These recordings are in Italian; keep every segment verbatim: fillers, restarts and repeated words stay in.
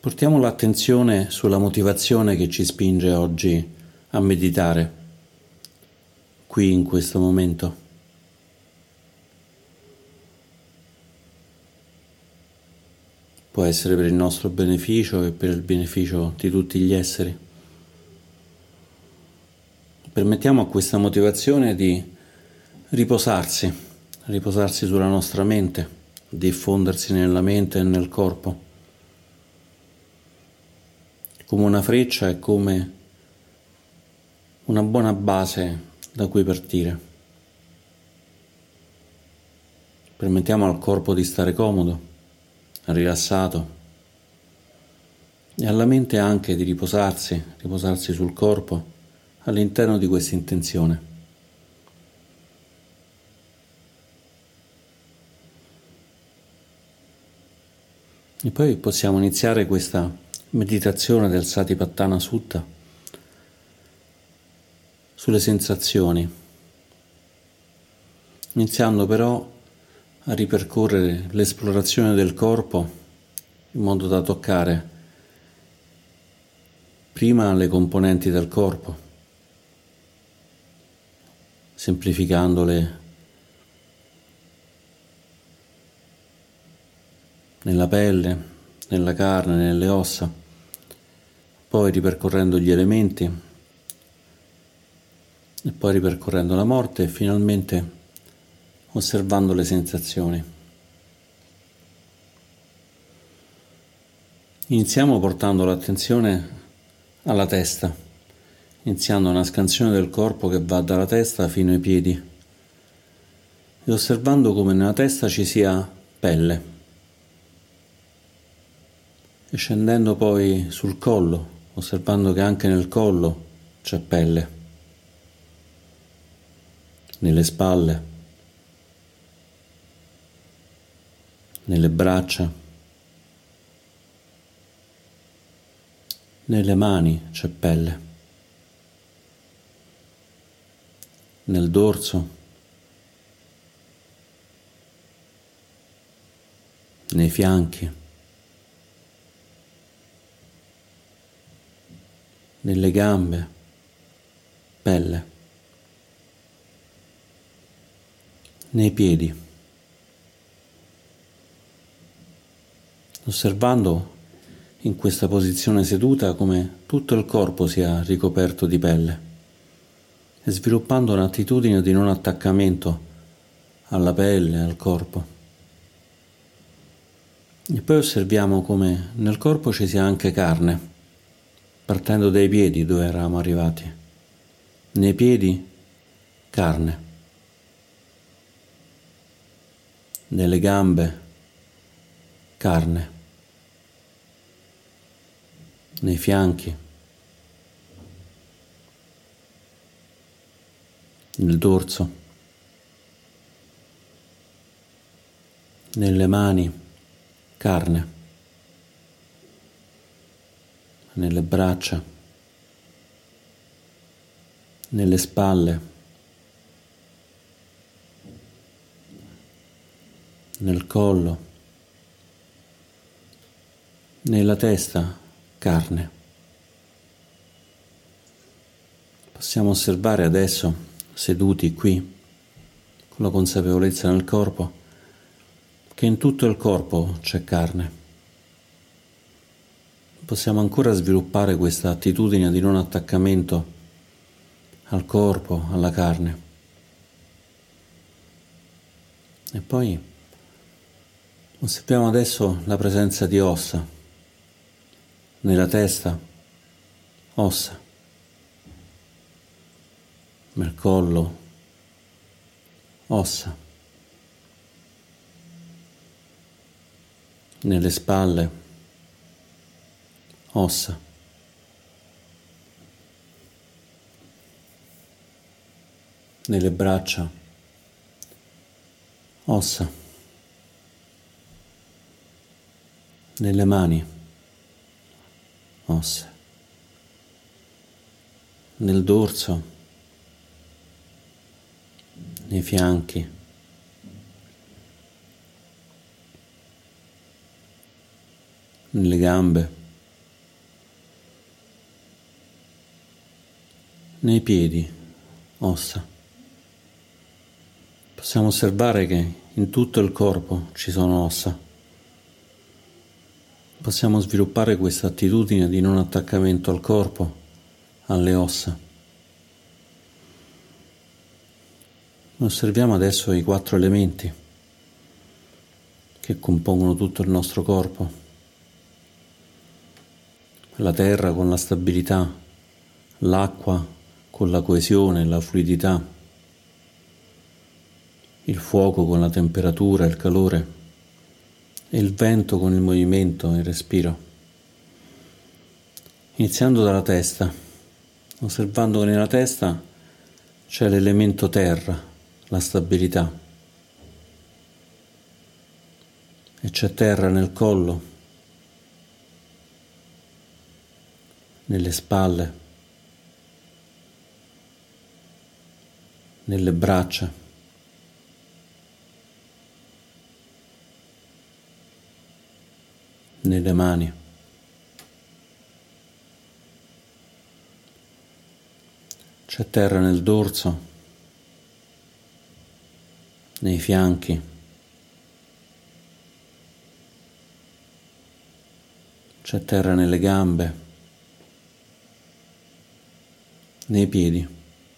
Portiamo l'attenzione sulla motivazione che ci spinge oggi a meditare, qui in questo momento. Può essere per il nostro beneficio e per il beneficio di tutti gli esseri. Permettiamo a questa motivazione di riposarsi, riposarsi sulla nostra mente, diffondersi nella mente e nel corpo. Come una freccia e come una buona base da cui partire. Permettiamo al corpo di stare comodo, rilassato, e alla mente anche di riposarsi, riposarsi sul corpo all'interno di questa intenzione. E poi possiamo iniziare questa meditazione del Satipatthana Sutta sulle sensazioni, iniziando però a ripercorrere l'esplorazione del corpo in modo da toccare prima le componenti del corpo, semplificandole nella pelle, nella carne, nelle ossa, poi ripercorrendo gli elementi e poi ripercorrendo la morte e finalmente osservando le sensazioni. Iniziamo portando l'attenzione alla testa, iniziando una scansione del corpo che va dalla testa fino ai piedi e osservando come nella testa ci sia pelle e scendendo poi sul collo, osservando che anche nel collo c'è pelle, nelle spalle, nelle braccia, nelle mani c'è pelle, nel dorso, nei fianchi, nelle gambe, pelle, nei piedi, osservando in questa posizione seduta come tutto il corpo sia ricoperto di pelle e sviluppando un'attitudine di non attaccamento alla pelle, al corpo. E poi osserviamo come nel corpo ci sia anche carne, partendo dai piedi dove eravamo arrivati. Nei piedi, carne. Nelle gambe, carne. Nei fianchi. Nel dorso. Nelle mani, carne. Nelle braccia, nelle spalle, nel collo, nella testa, carne. Possiamo osservare adesso, seduti qui, con la consapevolezza nel corpo, che in tutto il corpo c'è carne. Possiamo ancora sviluppare questa attitudine di non attaccamento al corpo, alla carne. E poi osserviamo adesso la presenza di ossa. Nella testa, ossa. Nel collo, ossa. Nelle spalle, ossa. Nelle braccia, ossa. Nelle mani, ossa. Nel dorso, nei fianchi, nelle gambe, nei piedi, ossa. Possiamo osservare che in tutto il corpo ci sono ossa. Possiamo sviluppare questa attitudine di non attaccamento al corpo, alle ossa. Osserviamo adesso i quattro elementi che compongono tutto il nostro corpo. La terra con la stabilità, l'acqua con la coesione e la fluidità, il fuoco con la temperatura e il calore, e il vento con il movimento e il respiro. Iniziando dalla testa, osservando che nella testa c'è l'elemento terra, la stabilità, e c'è terra nel collo, nelle spalle, nelle braccia, nelle mani. C'è terra nel dorso, nei fianchi, c'è terra nelle gambe, nei piedi.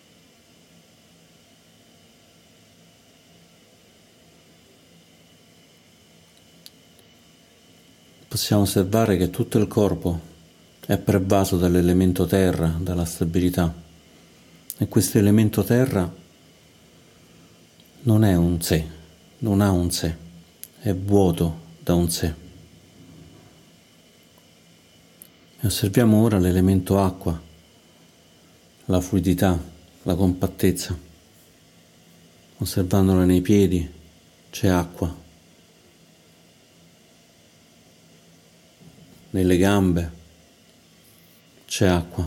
Possiamo osservare che tutto il corpo è pervaso dall'elemento terra, dalla stabilità, e questo elemento terra non è un sé, non ha un sé, è vuoto da un sé. E osserviamo ora l'elemento acqua, la fluidità, la compattezza. Osservandola nei piedi c'è acqua. Nelle gambe c'è acqua,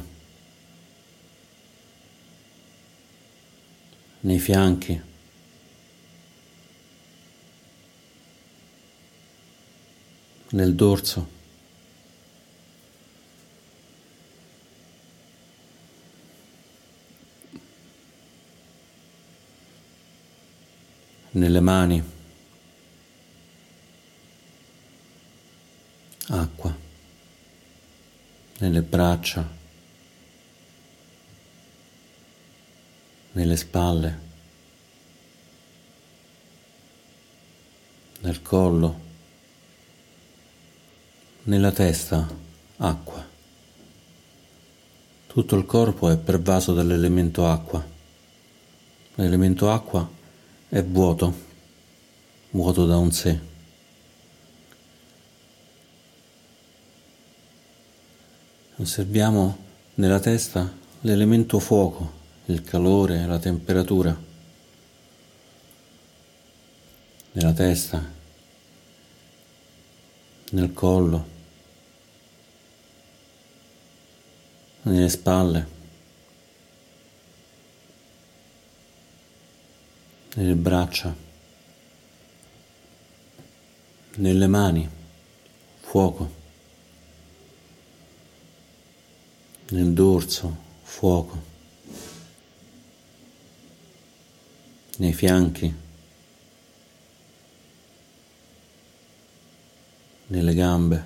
nei fianchi, nel dorso, nelle mani, acqua, nelle braccia, nelle spalle, nel collo, nella testa, acqua. Tutto il corpo è pervaso dall'elemento acqua. L'elemento acqua è vuoto, vuoto da un sé. Osserviamo nella testa l'elemento fuoco, il calore, la temperatura. Nella testa, nel collo, nelle spalle, nelle braccia, nelle mani, fuoco. Nel dorso, fuoco, nei fianchi, nelle gambe,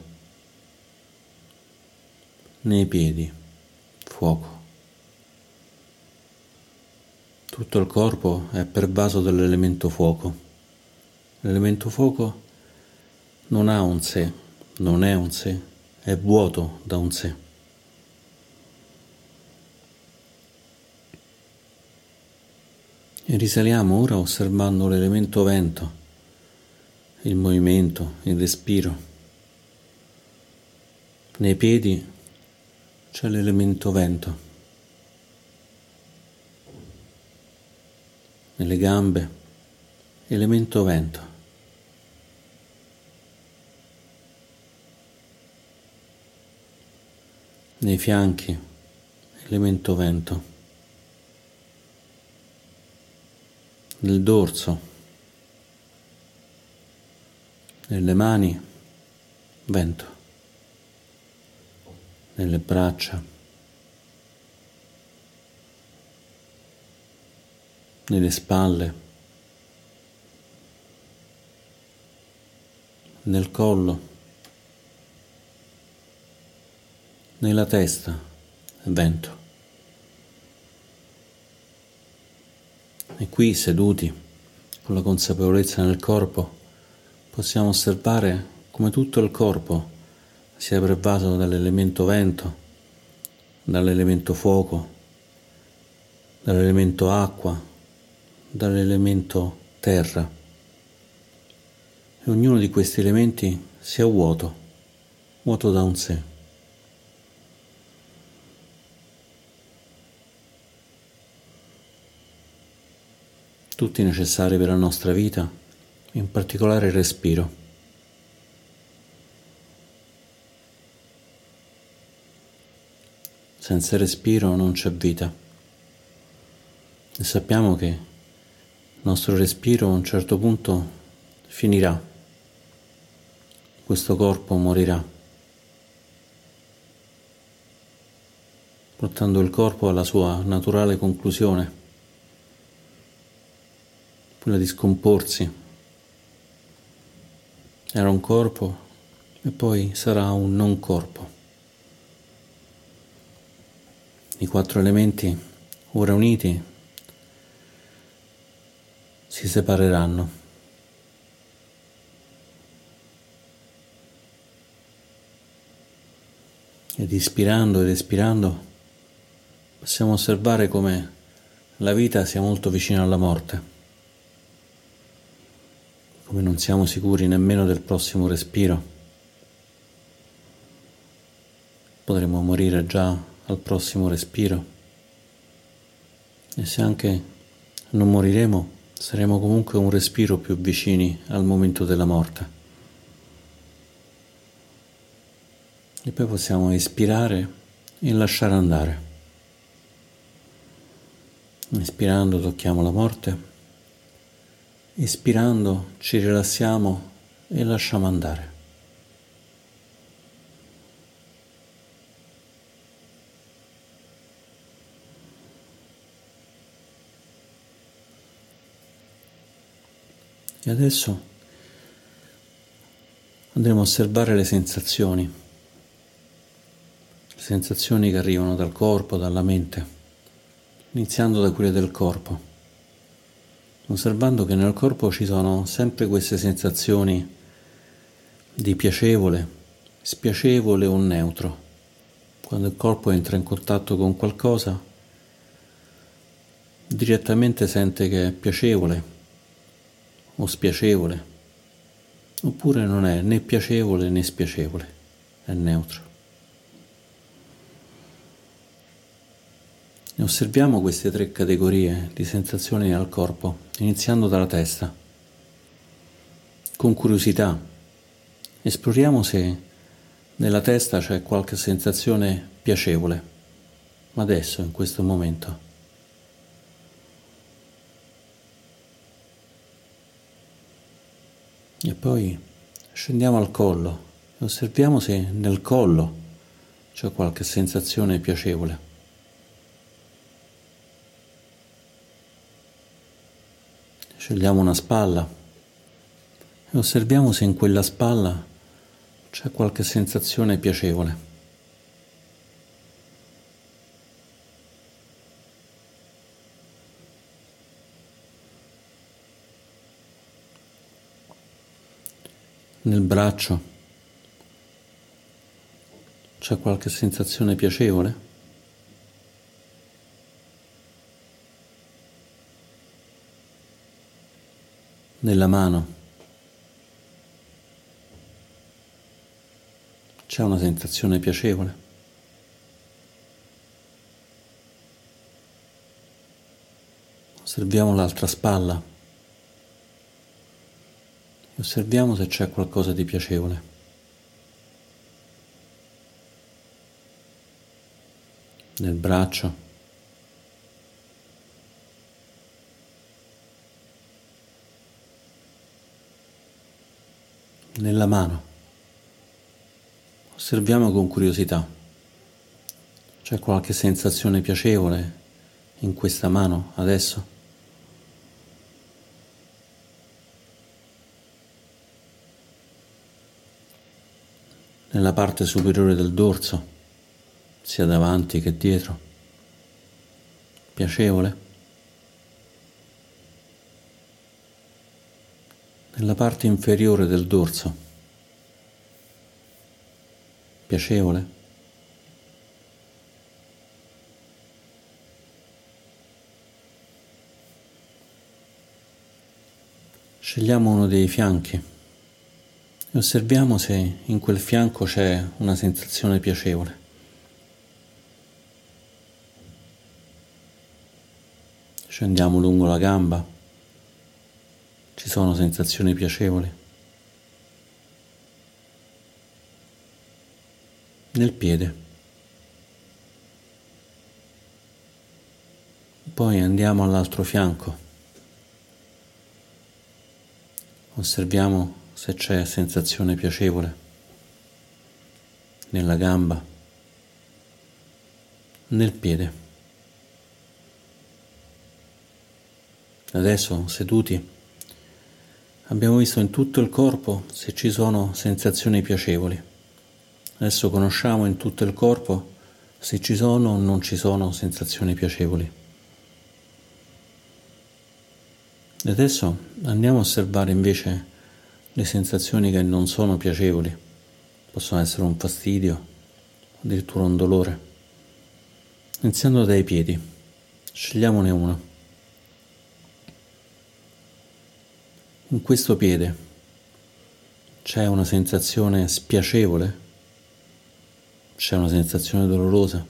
nei piedi, fuoco. Tutto il corpo è pervaso dall'elemento fuoco. L'elemento fuoco non ha un sé, non è un sé, è vuoto da un sé. E risaliamo ora osservando l'elemento vento, il movimento, il respiro. Nei piedi c'è l'elemento vento, nelle gambe elemento vento, nei fianchi elemento vento, nel dorso, nelle mani, vento, nelle braccia, nelle spalle, nel collo, nella testa, nel vento. E qui, seduti, con la consapevolezza nel corpo, possiamo osservare come tutto il corpo sia pervaso dall'elemento vento, dall'elemento fuoco, dall'elemento acqua, dall'elemento terra. E ognuno di questi elementi sia vuoto, vuoto da un sé. Tutti necessari per la nostra vita, in particolare il respiro. Senza respiro non c'è vita. E sappiamo che il nostro respiro a un certo punto finirà. Questo corpo morirà, portando il corpo alla sua naturale conclusione, quella di scomporsi. Era un corpo e poi sarà un non corpo. I quattro elementi, ora uniti, si separeranno. Ed ispirando ed espirando possiamo osservare come la vita sia molto vicina alla morte, come non siamo sicuri nemmeno del prossimo respiro. Potremo morire già al prossimo respiro, e se anche non moriremo, saremo comunque un respiro più vicini al momento della morte. E poi possiamo ispirare e lasciare andare. Ispirando tocchiamo la morte, ispirando ci rilassiamo e lasciamo andare. E adesso andremo a osservare le sensazioni, le sensazioni che arrivano dal corpo, dalla mente, iniziando da quelle del corpo, osservando che nel corpo ci sono sempre queste sensazioni di piacevole, spiacevole o neutro. Quando il corpo entra in contatto con qualcosa, direttamente sente che è piacevole o spiacevole, oppure non è né piacevole né spiacevole, è neutro. E osserviamo queste tre categorie di sensazioni al corpo, iniziando dalla testa. Con curiosità, esploriamo se nella testa c'è qualche sensazione piacevole, adesso, in questo momento. E poi scendiamo al collo e osserviamo se nel collo c'è qualche sensazione piacevole. Scegliamo una spalla e osserviamo se in quella spalla c'è qualche sensazione piacevole. Nel braccio c'è qualche sensazione piacevole? Nella mano c'è una sensazione piacevole? Osserviamo l'altra spalla. Osserviamo se c'è qualcosa di piacevole. Nel braccio. Nella mano. Osserviamo con curiosità. C'è qualche sensazione piacevole in questa mano adesso? nella parte superiore del dorso, sia davanti che dietro. Piacevole? Nella parte inferiore del dorso. Piacevole? Scegliamo uno dei fianchi e osserviamo se in quel fianco c'è una sensazione piacevole. Scendiamo lungo la gamba. Ci sono sensazioni piacevoli? Nel piede. Poi andiamo all'altro fianco. Osserviamo se c'è sensazione piacevole nella gamba, nel piede. Adesso, seduti, abbiamo visto in tutto il corpo se ci sono sensazioni piacevoli. Adesso conosciamo in tutto il corpo se ci sono o non ci sono sensazioni piacevoli. E adesso andiamo a osservare invece le sensazioni che non sono piacevoli. Possono essere un fastidio, addirittura un dolore. Iniziando dai piedi, scegliamone uno. In questo piede c'è una sensazione spiacevole? C'è una sensazione dolorosa?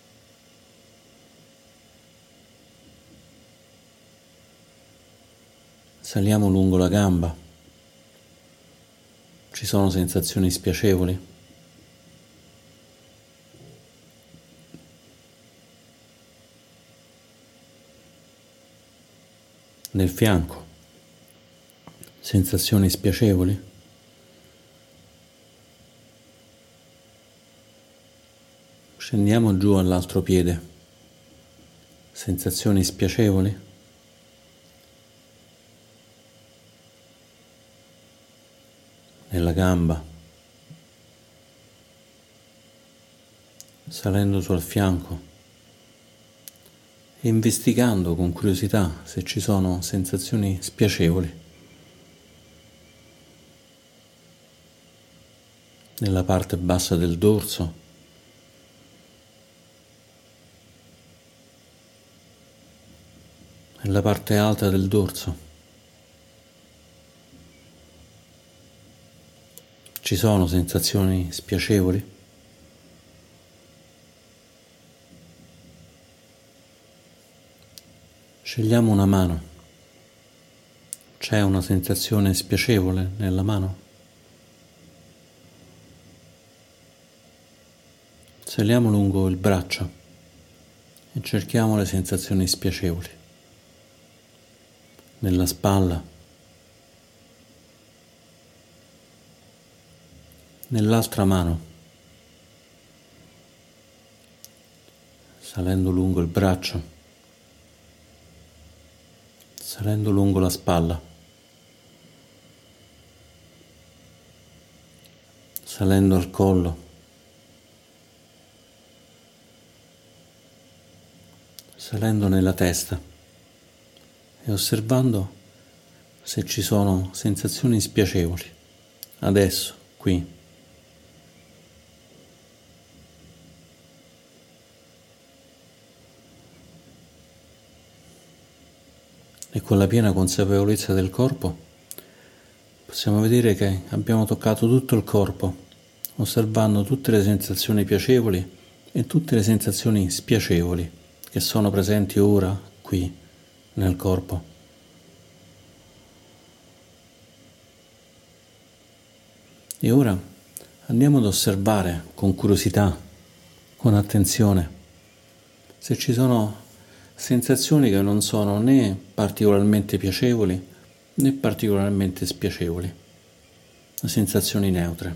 Saliamo lungo la gamba. Ci sono sensazioni spiacevoli? Nel fianco. Sensazioni spiacevoli? Scendiamo giù all'altro piede. Sensazioni spiacevoli? Nella gamba, salendo sul fianco e investigando con curiosità se ci sono sensazioni spiacevoli nella parte bassa del dorso, nella parte alta del dorso. Ci sono sensazioni spiacevoli? Scegliamo una mano. C'è una sensazione spiacevole nella mano? Saliamo lungo il braccio e cerchiamo le sensazioni spiacevoli. Nella spalla. Nell'altra mano, salendo lungo il braccio, salendo lungo la spalla, salendo al collo, salendo nella testa e osservando se ci sono sensazioni spiacevoli, adesso, qui. E con la piena consapevolezza del corpo possiamo vedere che abbiamo toccato tutto il corpo, osservando tutte le sensazioni piacevoli e tutte le sensazioni spiacevoli che sono presenti ora qui nel corpo. E ora andiamo ad osservare con curiosità, con attenzione, se ci sono sensazioni che non sono né particolarmente piacevoli né particolarmente spiacevoli, sensazioni neutre.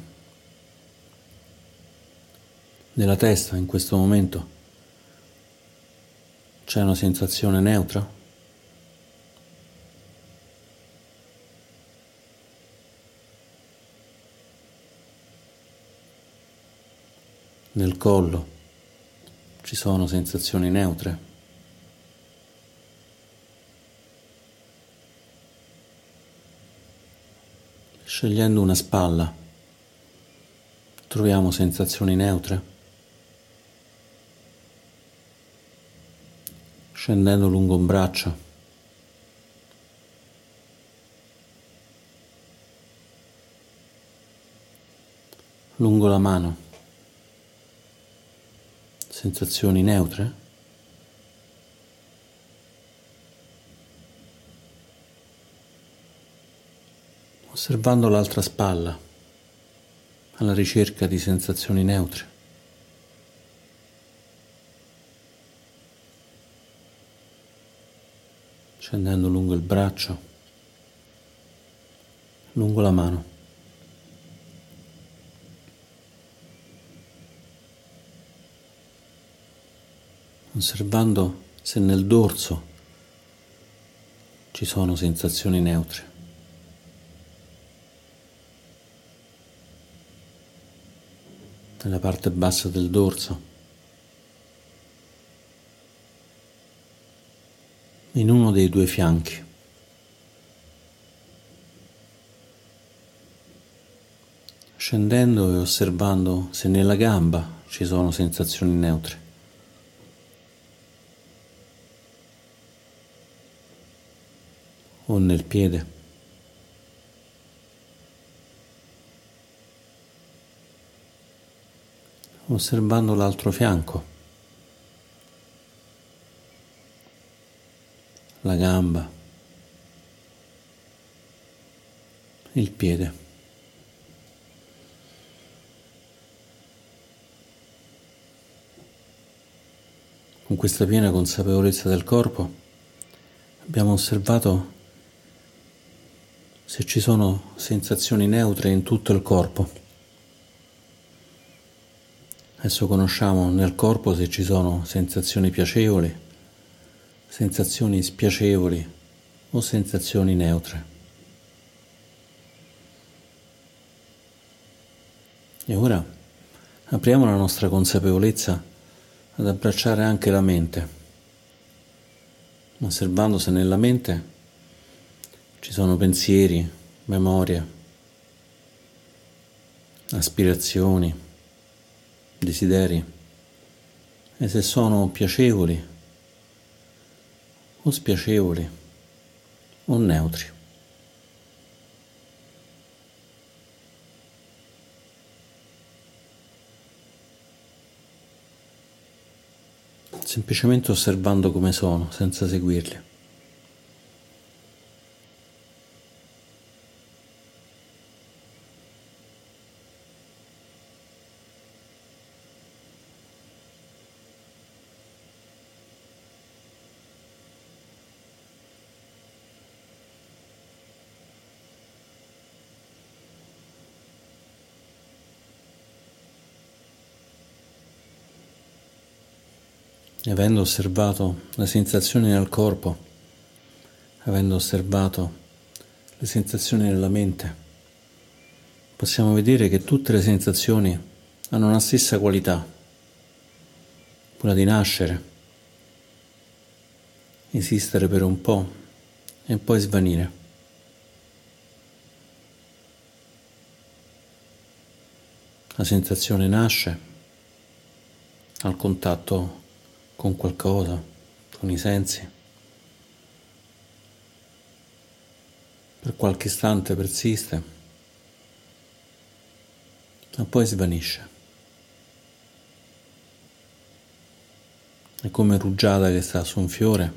Nella testa in questo momento c'è una sensazione neutra? Nel collo ci sono sensazioni neutre. Scegliendo una spalla, troviamo sensazioni neutre. Scendendo lungo un braccio, lungo la mano, sensazioni neutre. Osservando l'altra spalla, alla ricerca di sensazioni neutre. Scendendo lungo il braccio, lungo la mano. Osservando se nel dorso ci sono sensazioni neutre. Nella parte bassa del dorso, in uno dei due fianchi. Scendendo e osservando se nella gamba ci sono sensazioni neutre. O nel piede. Osservando l'altro fianco, la gamba, il piede. Con questa piena consapevolezza del corpo abbiamo osservato se ci sono sensazioni neutre in tutto il corpo. Adesso conosciamo nel corpo se ci sono sensazioni piacevoli, sensazioni spiacevoli o sensazioni neutre. E ora apriamo la nostra consapevolezza ad abbracciare anche la mente, osservando se nella mente ci sono pensieri, memorie, aspirazioni, desideri, e se sono piacevoli o spiacevoli o neutri. Semplicemente osservando come sono, senza seguirli. E avendo osservato le sensazioni nel corpo, avendo osservato le sensazioni nella mente, possiamo vedere che tutte le sensazioni hanno una stessa qualità, quella di nascere, esistere per un po' e poi svanire. La sensazione nasce al contatto con qualcosa, con i sensi. Per qualche istante persiste, ma poi svanisce. È come rugiada che sta su un fiore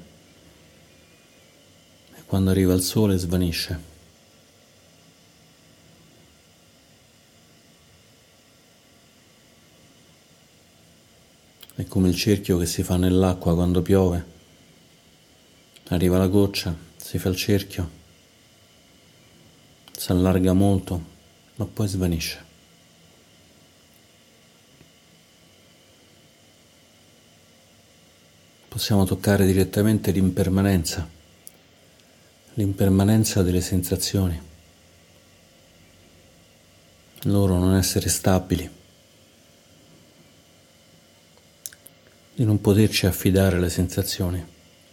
e quando arriva il sole svanisce. È come il cerchio che si fa nell'acqua quando piove. Arriva la goccia, si fa il cerchio, si allarga molto, ma poi svanisce. Possiamo toccare direttamente l'impermanenza, l'impermanenza delle sensazioni, loro non essere stabili. di non poterci affidare alle sensazioni.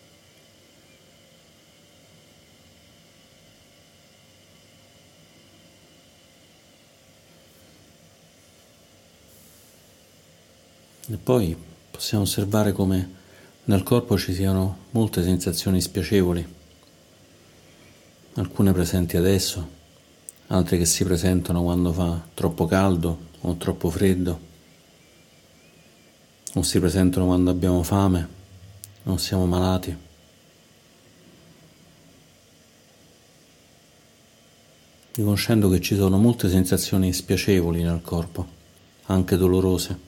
E poi possiamo osservare come nel corpo ci siano molte sensazioni spiacevoli, alcune presenti adesso, altre che si presentano quando fa troppo caldo o troppo freddo, o si presentano quando abbiamo fame o siamo malati. Riconoscendo che ci sono molte sensazioni spiacevoli nel corpo, anche dolorose.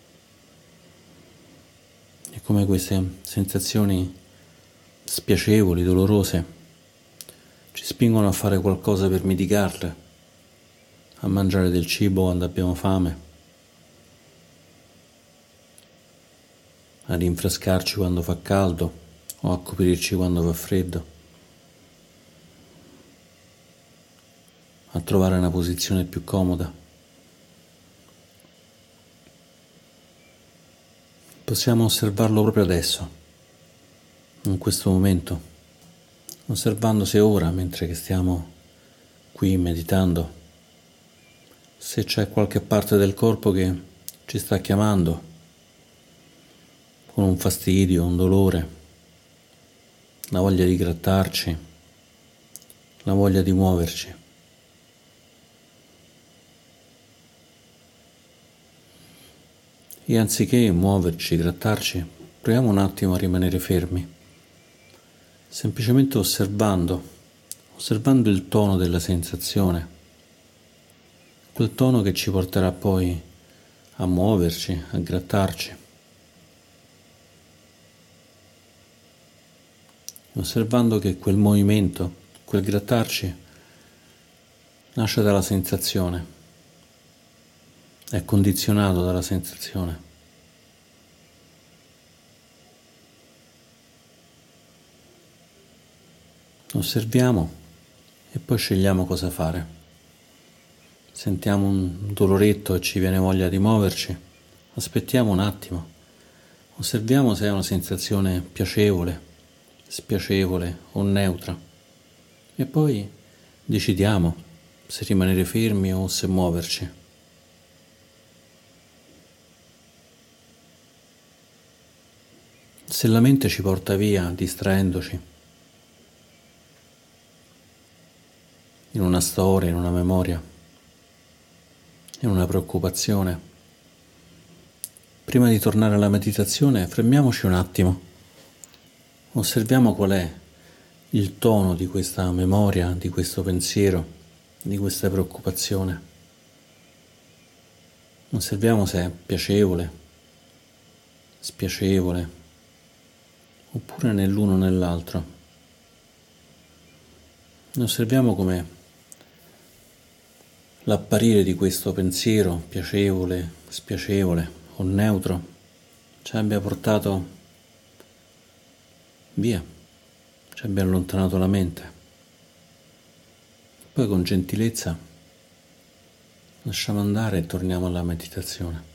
E come queste sensazioni spiacevoli, dolorose, ci spingono a fare qualcosa per mitigarle, a mangiare del cibo quando abbiamo fame, a rinfrescarci quando fa caldo o a coprirci quando fa freddo, a trovare una posizione più comoda. Possiamo osservarlo proprio adesso, in questo momento, osservando se ora, mentre che stiamo qui meditando, se c'è qualche parte del corpo che ci sta chiamando, con un fastidio, un dolore, la voglia di grattarci, la voglia di muoverci. E anziché muoverci, grattarci, proviamo un attimo a rimanere fermi, semplicemente osservando, osservando il tono della sensazione, quel tono che ci porterà poi a muoverci, a grattarci. Osservando che quel movimento, quel grattarci, nasce dalla sensazione, è condizionato dalla sensazione. Osserviamo e poi scegliamo cosa fare. Sentiamo un doloretto e ci viene voglia di muoverci, aspettiamo un attimo, osserviamo se è una sensazione piacevole, spiacevole o neutra e poi decidiamo se rimanere fermi o se muoverci. Se la mente ci porta via distraendoci in una storia, in una memoria, in una preoccupazione, prima di tornare alla meditazione fermiamoci un attimo, osserviamo qual è il tono di questa memoria, di questo pensiero, di questa preoccupazione. Osserviamo se è piacevole, spiacevole, oppure nell'uno o nell'altro. Osserviamo come l'apparire di questo pensiero, piacevole, spiacevole o neutro, ci abbia portato via, ci abbia allontanato la mente. Poi con gentilezza lasciamo andare e torniamo alla meditazione.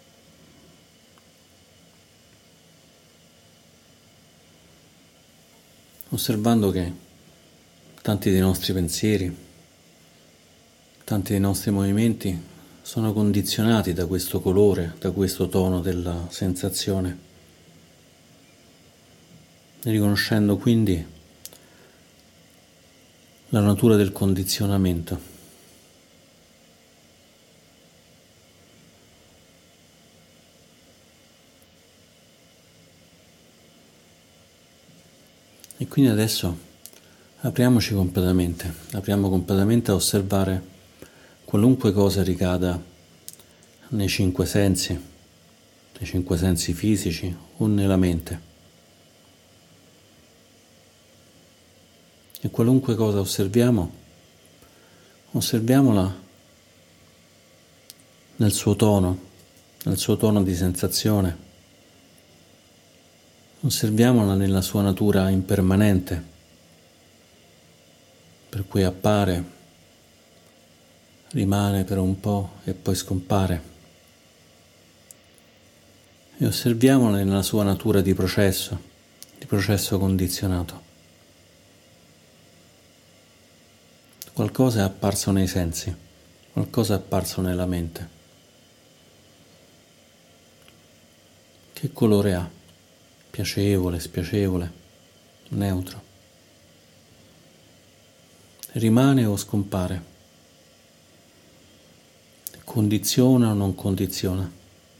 Osservando che tanti dei nostri pensieri, tanti dei nostri movimenti sono condizionati da questo colore, da questo tono della sensazione, e riconoscendo quindi la natura del condizionamento. E quindi adesso apriamoci completamente, apriamo completamente a osservare qualunque cosa ricada nei cinque sensi, nei cinque sensi fisici o nella mente. E qualunque cosa osserviamo, osserviamola nel suo tono, nel suo tono di sensazione. Osserviamola nella sua natura impermanente, per cui appare, rimane per un po' e poi scompare. e osserviamole nella sua natura di processo, di processo condizionato. Qualcosa è apparso nei sensi, qualcosa è apparso nella mente. Che colore ha? Piacevole, spiacevole, neutro? Rimane o scompare? Condiziona o non condiziona?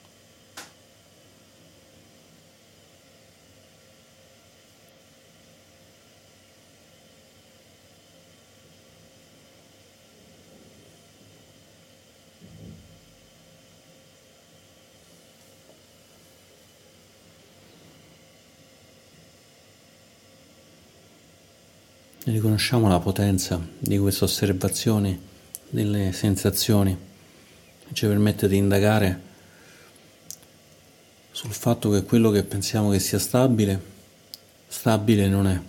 Riconosciamo la potenza di queste osservazioni, delle sensazioni, che ci permette di indagare sul fatto che quello che pensiamo che sia stabile, stabile non è.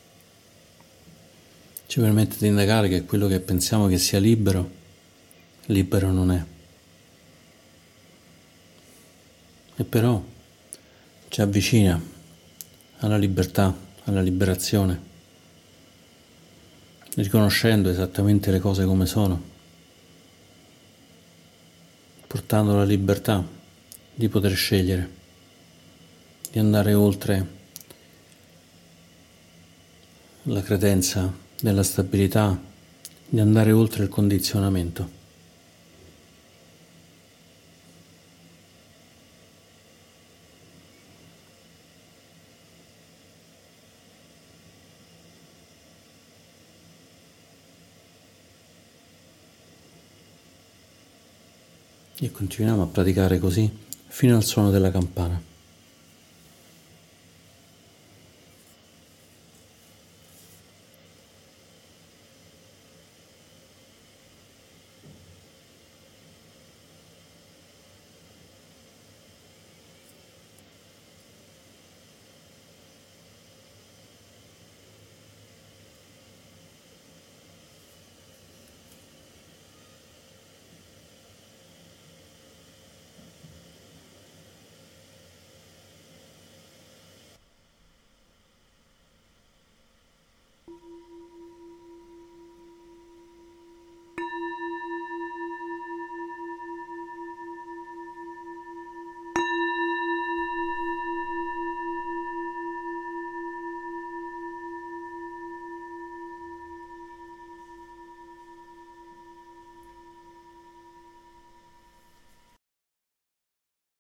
Ci permette di indagare che quello che pensiamo che sia libero, libero non è. E però ci avvicina alla libertà, alla liberazione, riconoscendo esattamente le cose come sono, portando la libertà di poter scegliere, di andare oltre la credenza della stabilità, di andare oltre il condizionamento. E continuiamo a praticare così fino al suono della campana.